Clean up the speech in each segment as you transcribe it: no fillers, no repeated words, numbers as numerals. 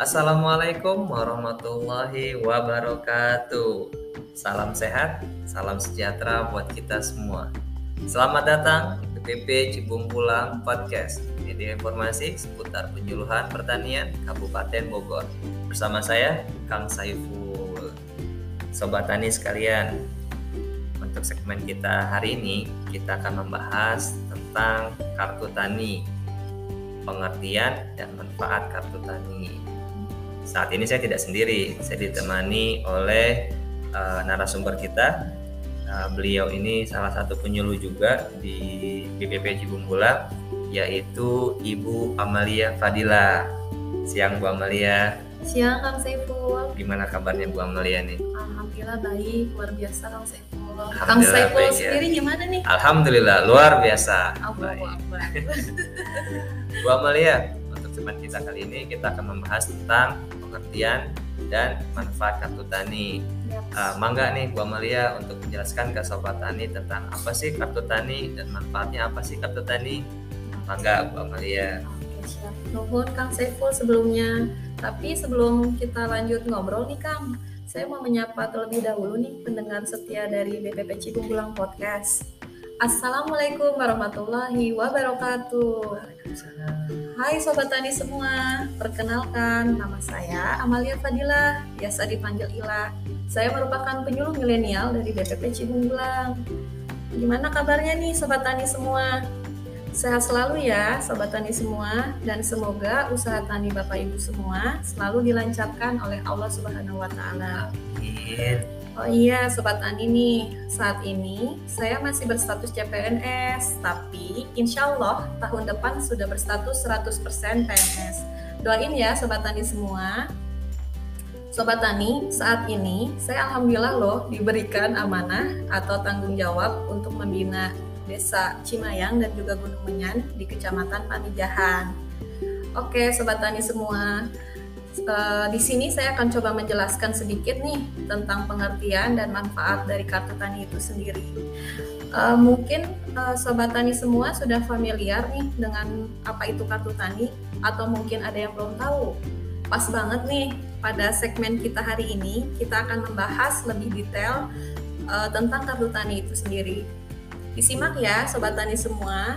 Assalamualaikum warahmatullahi wabarakatuh. Salam sehat, salam sejahtera buat kita semua. Selamat datang di BPP Cibung Pulang Podcast, media informasi seputar penyuluhan pertanian Kabupaten Bogor. Bersama saya, Kang Saiful. Sobat Tani sekalian, untuk segmen kita hari ini, kita akan membahas tentang kartu tani, pengertian dan manfaat kartu tani. Saat ini saya tidak sendiri, saya ditemani oleh narasumber kita. Beliau ini salah satu penyuluh juga di BPP Cibung Pulang, yaitu Ibu Amalia Fadila. Siang Bu Amalia. Siang Kang Saiful. Gimana kabarnya Bu Amalia nih? Alhamdulillah baik, luar biasa Kang Saiful. Alhamdulillah Kang Saiful baik, sendiri ya. Gimana nih? Alhamdulillah luar biasa. Baik. Bu Amalia, untuk segmen kita kali ini kita akan membahas tentang pengertian dan manfaat kartu tani. Mangga nih Bu Amalia untuk menjelaskan ke Sobat Tani tentang apa sih kartu tani dan manfaatnya apa sih kartu tani. Mangga Bu Amalia. Oke, siap. Nuhun Kang Saiful sebelumnya. Tapi sebelum kita lanjut ngobrol nih Kang, saya mau menyapa terlebih dahulu nih pendengar setia dari BPP Cibung Pulang Podcast. Assalamualaikum warahmatullahi wabarakatuh. Hai Sobat Tani semua, perkenalkan nama saya Amalia Fadila, biasa dipanggil Ila. Saya merupakan penyuluh milenial dari BPP Cibung Pulang. Gimana kabarnya nih Sobat Tani semua? Sehat selalu ya Sobat Tani semua, dan semoga usaha tani Bapak Ibu semua selalu dilancarkan oleh Allah Subhanahu wa Ta'ala. Amin. Oh iya Sobat Tani nih, saat ini saya masih berstatus CPNS, tapi insya Allah tahun depan sudah berstatus 100% PNS. Doain ya Sobat Tani semua. Sobat Tani, saat ini saya alhamdulillah loh diberikan amanah atau tanggung jawab untuk membina Desa Cimayang dan juga Gunung Menyan di Kecamatan Pamijahan. Oke Sobat Tani semua, di sini saya akan coba menjelaskan sedikit nih tentang pengertian dan manfaat dari kartu tani itu sendiri. Mungkin Sobat Tani semua sudah familiar nih dengan apa itu kartu tani, atau mungkin ada yang belum tahu. Pas banget nih, pada segmen kita hari ini kita akan membahas lebih detail tentang kartu tani itu sendiri. Disimak ya Sobat Tani semua.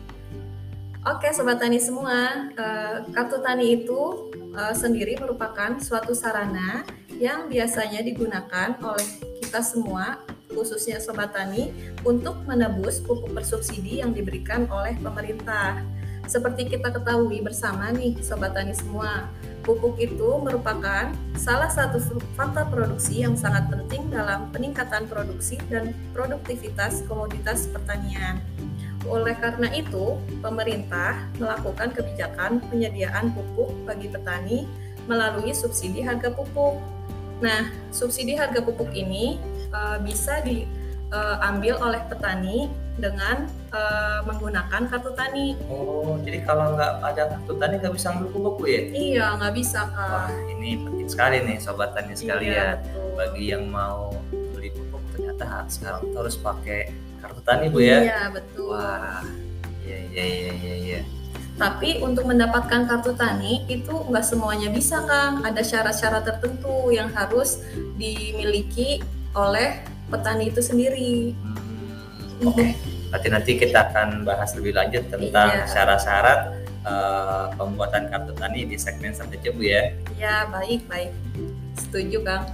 Oke Sobat Tani semua, kartu tani itu sendiri merupakan suatu sarana yang biasanya digunakan oleh kita semua, khususnya Sobat Tani, untuk menebus pupuk bersubsidi yang diberikan oleh pemerintah. Seperti kita ketahui bersama nih Sobat Tani semua, pupuk itu merupakan salah satu faktor produksi yang sangat penting dalam peningkatan produksi dan produktivitas komoditas pertanian. Oleh karena itu, pemerintah melakukan kebijakan penyediaan pupuk bagi petani melalui subsidi harga pupuk. Nah, subsidi harga pupuk ini bisa diambil oleh petani dengan menggunakan kartu tani. Oh, jadi kalau nggak ada kartu tani nggak bisa ambil pupuk Bu ya? Iya, nggak bisa Kak. Wah, ini penting sekali nih Sobat Tani sekalian. Iya, bagi yang mau beli pupuk ternyata sekarang harus pakai kartu tani Bu ya? Iya, betul. Wah, iya. Tapi untuk mendapatkan kartu tani itu nggak semuanya bisa Kang. Ada syarat-syarat tertentu yang harus dimiliki oleh petani itu sendiri. Oke. Berarti nanti kita akan bahas lebih lanjut tentang syarat-syarat pembuatan kartu tani di segmen selanjutnya Bu ya? Ya, baik. Setuju Kang.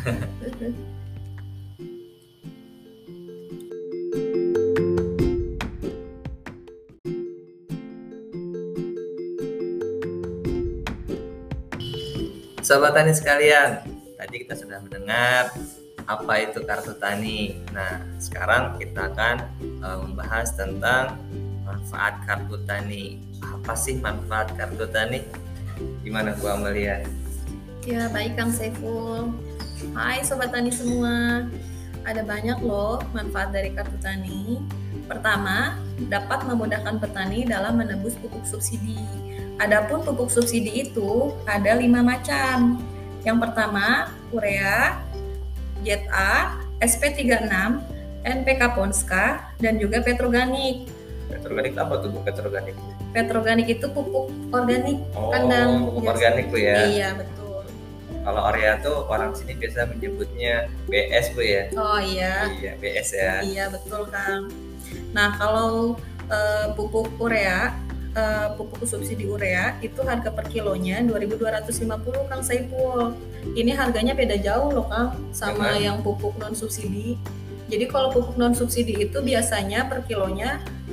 Sobat Tani sekalian, tadi kita sudah mendengar apa itu kartu tani. Nah, sekarang kita akan membahas tentang manfaat kartu tani. Apa sih manfaat kartu tani? Gimana Bu Amalia? Ya, baik Kang Saiful. Hai Sobat Tani semua. Ada banyak loh manfaat dari kartu tani. Pertama, dapat memudahkan petani dalam menebus pupuk subsidi. Adapun pupuk subsidi itu ada 5 macam. Yang pertama, urea, ZA, SP36, NPK Ponska, dan juga petroganik. Petroorganik apa tuh Bu petroorganik? Petroorganik itu pupuk organik Oh, kandang. pupuk Biasa. organik Bu ya. Iya, betul. Kalau urea tuh orang sini biasa menyebutnya BS Bu ya. Oh iya. Iya, BS ya. Iya, betul Kang. Nah, kalau pupuk urea, pupuk subsidi urea itu harga per kilonya 2.250 Kang Saiful. Ini harganya beda jauh loh Kang sama Dengan? yang pupuk non subsidi. Jadi kalau pupuk non subsidi itu biasanya per kilonya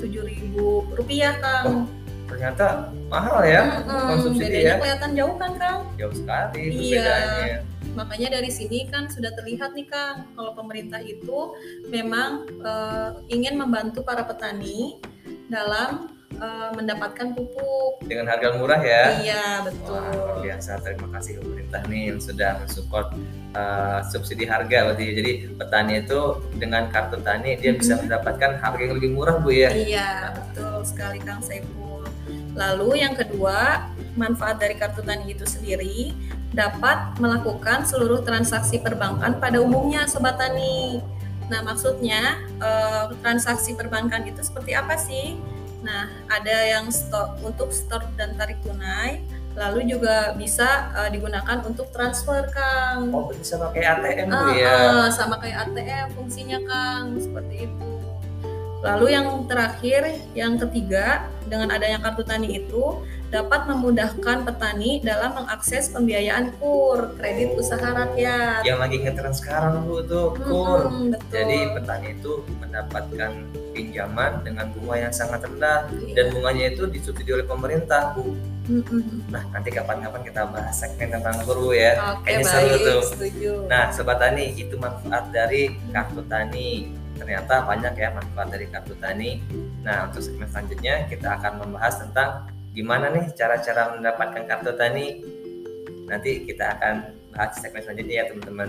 Rp7.000 Kang. Ternyata mahal ya konsumsi bedanya ya. kelihatan jauh kan Kang? Jauh sekali itu Iya. bedanya. Makanya dari sini kan sudah terlihat nih Kang, kalau pemerintah itu memang ingin membantu para petani dalam mendapatkan pupuk dengan harga murah ya. Iya, betul. Wah, luar biasa. Terima kasih pemerintah nih yang sudah mensupport subsidi harga berarti. Jadi petani itu dengan kartu tani dia bisa mendapatkan harga yang lebih murah Bu ya. Iya, betul sekali Kang Saiful. Lalu yang kedua, manfaat dari kartu tani itu sendiri dapat melakukan seluruh transaksi perbankan pada umumnya Sobat Tani. Nah, maksudnya transaksi perbankan itu seperti apa sih? Nah, ada yang untuk store dan tarik tunai, lalu juga bisa digunakan untuk transfer Kang. Oh, bisa pakai ATM Bu ya. Sama kayak ATM fungsinya Kang, seperti itu. Lalu yang terakhir, yang ketiga, dengan adanya kartu tani itu dapat memudahkan petani dalam mengakses pembiayaan KUR, kredit usaha rakyat. Yang lagi ngetren sekarang Bu tuh KUR. Betul. Jadi petani itu mendapatkan pinjaman dengan bunga yang sangat rendah dan bunganya itu disubsidi oleh pemerintah Bu. Nah, nanti kapan-kapan kita bahas segmen tentang KUR Bu ya. Oke, kayaknya seru tuh. Setuju. Nah, Sobat Tani, itu manfaat dari kartu tani. Ternyata banyak ya manfaat dari kartu tani. Nah, untuk segmen selanjutnya kita akan membahas tentang gimana nih cara-cara mendapatkan kartu tani. Nanti kita akan bahas di segmen selanjutnya ya teman-teman.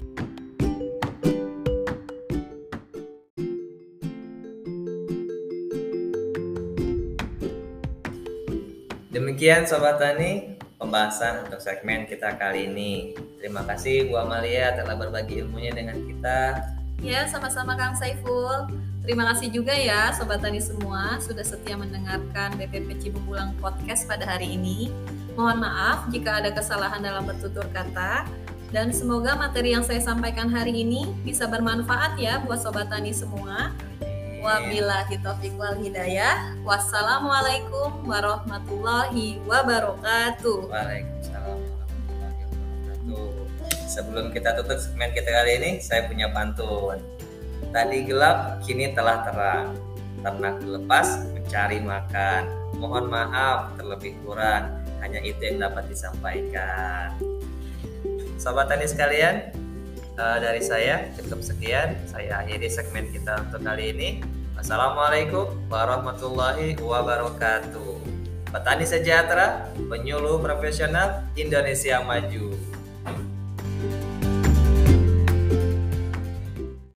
Demikian Sobat Tani, pembahasan untuk segmen kita kali ini. Terima kasih Bu Amalia telah berbagi ilmunya dengan kita. Ya, sama-sama Kang Saiful. Terima kasih juga ya Sobat Tani semua sudah setia mendengarkan BPP Cibungbulang Podcast pada hari ini. Mohon maaf jika ada kesalahan dalam bertutur kata dan semoga materi yang saya sampaikan hari ini bisa bermanfaat ya buat Sobat Tani semua. Wabillahi taufiq wal hidayah. Wassalamualaikum warahmatullahi wabarakatuh. Waalaikumsalam warahmatullahi wabarakatuh. Sebelum kita tutup segmen kita kali ini, saya punya pantun. Tadi gelap, kini telah terang. Ternak dilepas, mencari makan. Mohon maaf, terlebih kurang. Hanya itu yang dapat disampaikan. Sobat Tani sekalian, dari saya cukup sekian. Saya akhiri segmen kita untuk kali ini. Assalamualaikum warahmatullahi wabarakatuh. Petani sejahtera, penyuluh profesional, Indonesia maju.